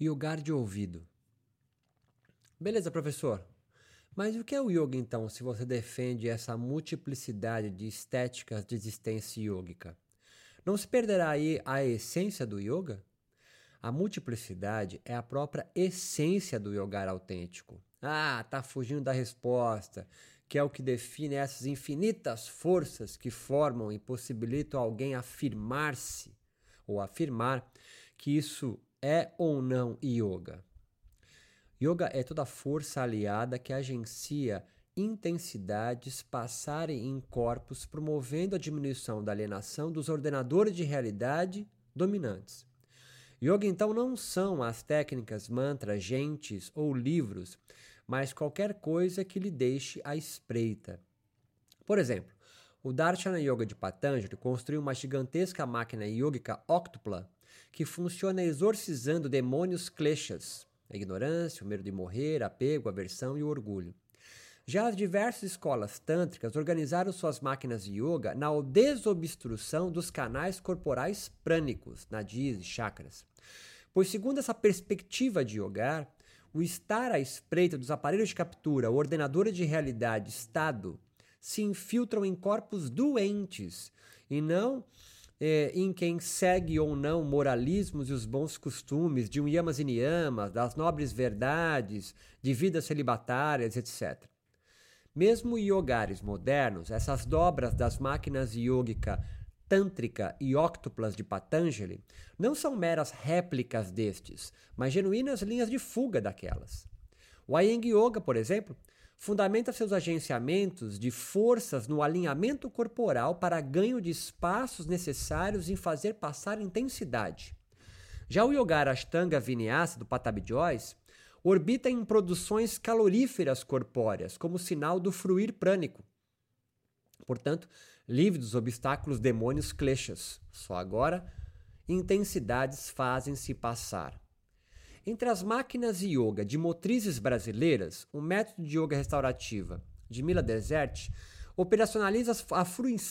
Yogar de ouvido. Beleza, professor. Mas o que é o yoga então, se você defende essa multiplicidade de estéticas de existência yógica? Não se perderá aí a essência do yoga? A multiplicidade é a própria essência do yogar autêntico. Ah, tá fugindo da resposta, que é o que define essas infinitas forças que formam e possibilitam alguém afirmar-se ou afirmar que isso é ou não yoga. Yoga é toda força aliada que agencia intensidades passarem em corpos, promovendo a diminuição da alienação dos ordenadores de realidade dominantes. Yoga, então, não são as técnicas, mantras, gentes ou livros, mas qualquer coisa que lhe deixe à espreita. Por exemplo, o Darshana Yoga de Patanjali construiu uma gigantesca máquina yógica óctupla que funciona exorcizando demônios kleshas, a ignorância, o medo de morrer, apego, aversão e o orgulho. Já as diversas escolas tântricas organizaram suas máquinas de yoga na desobstrução dos canais corporais prânicos, nadis e chakras. Pois, segundo essa perspectiva de yoga, o estar à espreita dos aparelhos de captura, ordenadores de realidade, estado, se infiltram em corpos doentes e não em quem segue ou não moralismos e os bons costumes de um yamas e niyamas, das nobres verdades, de vidas celibatárias, etc. Mesmo yogares modernos, essas dobras das máquinas yógica tântrica e óctuplas de Patanjali não são meras réplicas destes, mas genuínas linhas de fuga daquelas. O Iyengar Yoga, por exemplo, fundamenta seus agenciamentos de forças no alinhamento corporal para ganho de espaços necessários em fazer passar intensidade. Já o Yoga Ashtanga Vinyasa do Patabi Joyce orbita em produções caloríferas corpóreas, como sinal do fruir prânico. Portanto, livre dos obstáculos demônios kleshas. Só agora, intensidades fazem-se passar. Entre as máquinas yoga de motrizes brasileiras, o método de yoga restaurativa de Mila Desert operacionaliza a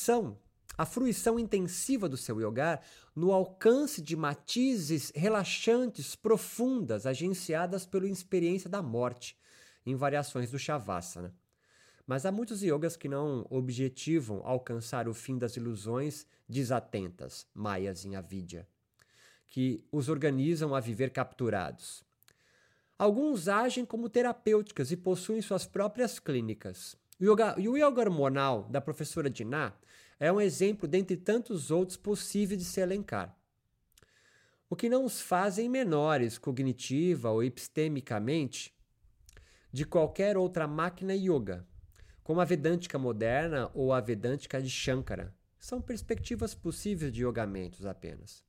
fruição intensiva do seu yoga no alcance de matizes relaxantes profundas agenciadas pela experiência da morte, em variações do Shavasana. Mas há muitos yogas que não objetivam alcançar o fim das ilusões desatentas, mayas em avidya, que os organizam a viver capturados. Alguns agem como terapêuticas e possuem suas próprias clínicas. O yoga hormonal da professora Diná é um exemplo dentre tantos outros possíveis de se elencar. O que não os fazem menores cognitiva ou epistemicamente de qualquer outra máquina yoga, como a Vedântica moderna ou a Vedântica de Shankara. São perspectivas possíveis de yogamentos apenas.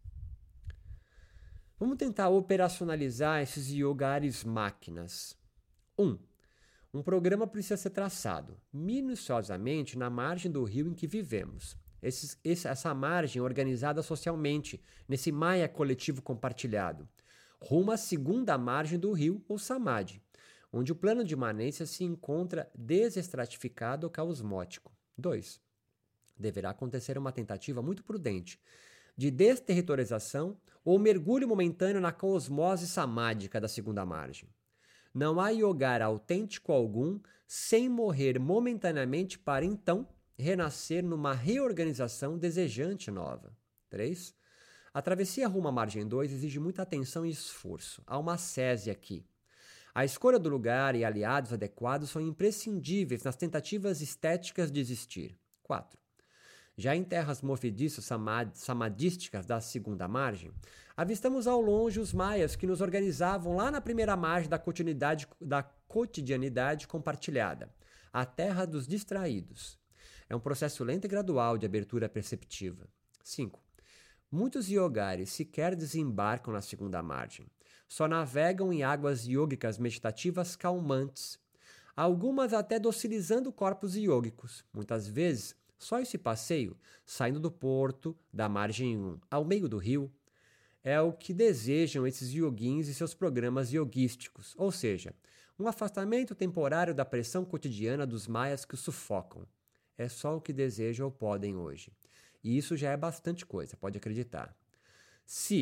Vamos tentar operacionalizar esses yogares máquinas. 1. Um programa precisa ser traçado minuciosamente na margem do rio em que vivemos. Essa margem é organizada socialmente, nesse maya coletivo compartilhado, rumo à segunda margem do rio, ou samadhi, onde o plano de imanência se encontra desestratificado ou caosmótico. 2. Deverá acontecer uma tentativa muito prudente de desterritorialização ou mergulho momentâneo na cosmose samádica da segunda margem. Não há yogar autêntico algum sem morrer momentaneamente para então renascer numa reorganização desejante nova. 3. A travessia rumo à margem 2 exige muita atenção e esforço. Há uma sese aqui. A escolha do lugar e aliados adequados são imprescindíveis nas tentativas estéticas de existir. 4. Já em terras movediças samadísticas da segunda margem, avistamos ao longe os maias que nos organizavam lá na primeira margem da cotidianidade compartilhada, a terra dos distraídos. É um processo lento e gradual de abertura perceptiva. 5. Muitos yogares sequer desembarcam na segunda margem. Só navegam em águas yógicas meditativas calmantes, algumas até docilizando corpos yógicos. Muitas vezes, só esse passeio, saindo do porto, da margem 1 ao meio do rio, é o que desejam esses yoguins e seus programas yoguísticos, ou seja, um afastamento temporário da pressão cotidiana dos maias que os sufocam. É só o que desejam ou podem hoje. E isso já é bastante coisa, pode acreditar. Se,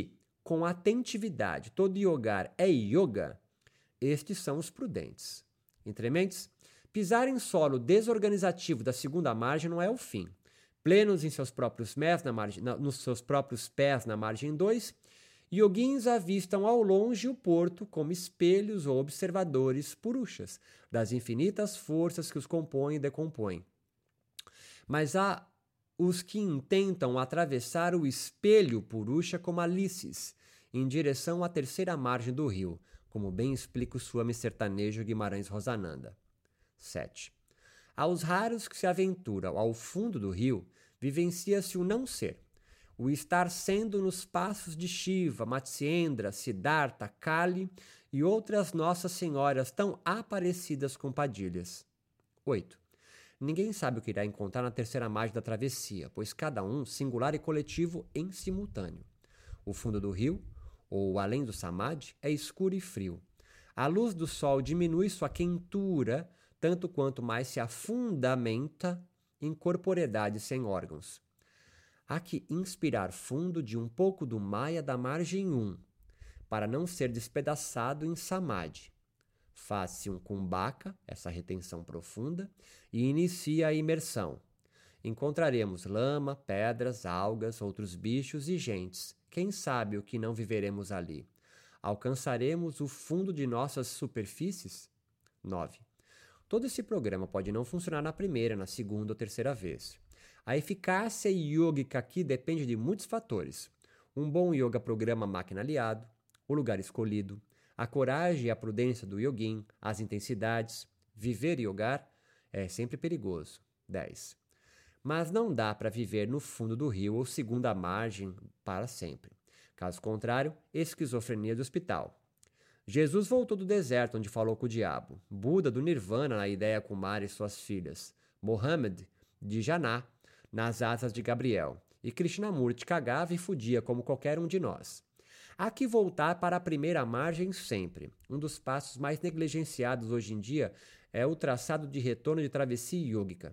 com atentividade. Todo yogar é yoga. Estes são os prudentes. Entre mentes, pisar em solo desorganizativo da segunda margem não é o fim. Plenos em seus próprios nos seus próprios pés na margem 2, yoguins avistam ao longe o porto como espelhos ou observadores purushas das infinitas forças que os compõem e decompõem. Mas há os que intentam atravessar o espelho purusha como Alices, em direção à terceira margem do rio, como bem explica o Swami sertanejo Guimarães Rosananda. 7. Aos raros que se aventuram ao fundo do rio, vivencia-se o não ser, o estar sendo nos passos de Shiva, Matsyendra, Siddhartha, Kali e outras Nossas Senhoras tão aparecidas com padilhas. 8. Ninguém sabe o que irá encontrar na terceira margem da travessia, pois cada um, singular e coletivo, em simultâneo. O fundo do rio, ou além do Samadhi, é escuro e frio. A luz do sol diminui sua quentura, tanto quanto mais se afundamenta em corporeidade sem órgãos. Há que inspirar fundo de um pouco do Maya da margem 1, para não ser despedaçado em Samadhi. Faz-se um kumbhaka, essa retenção profunda, e inicia a imersão. Encontraremos lama, pedras, algas, outros bichos e gentes. Quem sabe o que não viveremos ali? Alcançaremos o fundo de nossas superfícies? 9. Todo esse programa pode não funcionar na primeira, na segunda ou terceira vez. A eficácia yógica aqui depende de muitos fatores. Um bom yoga programa máquina aliado, o lugar escolhido, a coragem e a prudência do yogin, as intensidades. Viver yogar é sempre perigoso. 10. Mas não dá para viver no fundo do rio ou segunda margem para sempre. Caso contrário, esquizofrenia do hospital. Jesus voltou do deserto onde falou com o diabo. Buda do Nirvana na ideia com Mara e suas filhas. Mohammed de Janá nas asas de Gabriel. E Krishnamurti cagava e fudia como qualquer um de nós. Há que voltar para a primeira margem sempre. Um dos passos mais negligenciados hoje em dia é o traçado de retorno de travessia yógica.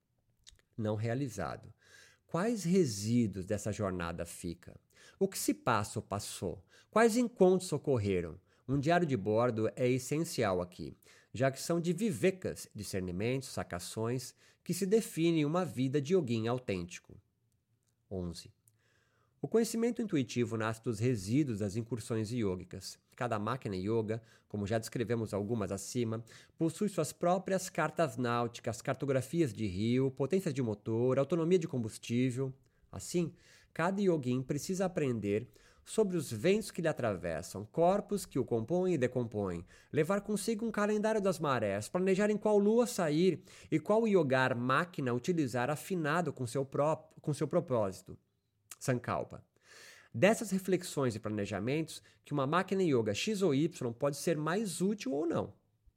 Não realizado. Quais resíduos dessa jornada fica? O que se passa ou passou? Quais encontros ocorreram? Um diário de bordo é essencial aqui, já que são de vivekas, discernimentos, sacações, que se definem uma vida de yogin autêntico. 11. O conhecimento intuitivo nasce dos resíduos das incursões yógicas. Cada máquina yoga, como já descrevemos algumas acima, possui suas próprias cartas náuticas, cartografias de rio, potências de motor, autonomia de combustível. Assim, cada yogin precisa aprender sobre os ventos que lhe atravessam, corpos que o compõem e decompõem, levar consigo um calendário das marés, planejar em qual lua sair e qual yogar máquina utilizar afinado com seu propósito. Sankalpa. Dessas reflexões e planejamentos, que uma máquina yoga X ou Y pode ser mais útil ou não.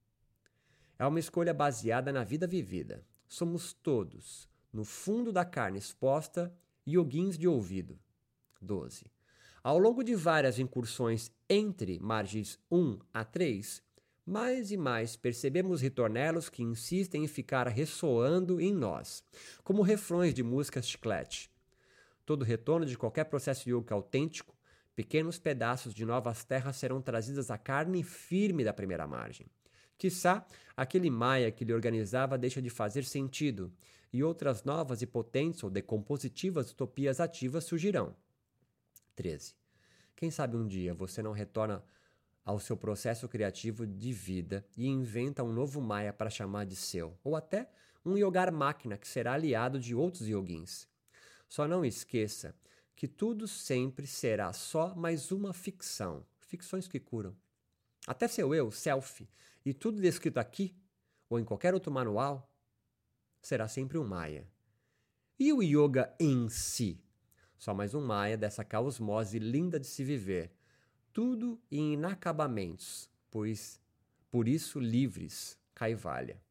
É uma escolha baseada na vida vivida. Somos todos, no fundo da carne exposta, yoguins de ouvido. 12. Ao longo de várias incursões entre margens 1 a 3, mais e mais percebemos ritornelos que insistem em ficar ressoando em nós, como refrões de músicas chiclete. Todo retorno de qualquer processo yoga autêntico, pequenos pedaços de novas terras serão trazidas à carne firme da primeira margem. Quiçá, aquele Maya que lhe organizava deixa de fazer sentido, e outras novas e potentes ou decompositivas utopias ativas surgirão. 13. Quem sabe um dia você não retorna ao seu processo criativo de vida e inventa um novo Maya para chamar de seu, ou até um yogar máquina que será aliado de outros yogins. Só não esqueça que tudo sempre será só mais uma ficção. Ficções que curam. Até seu eu, selfie, e tudo descrito aqui, ou em qualquer outro manual, será sempre um Maya. E o yoga em si? Só mais um Maya dessa caosmose linda de se viver. Tudo em inacabamentos, pois, por isso, livres, Kaivalya.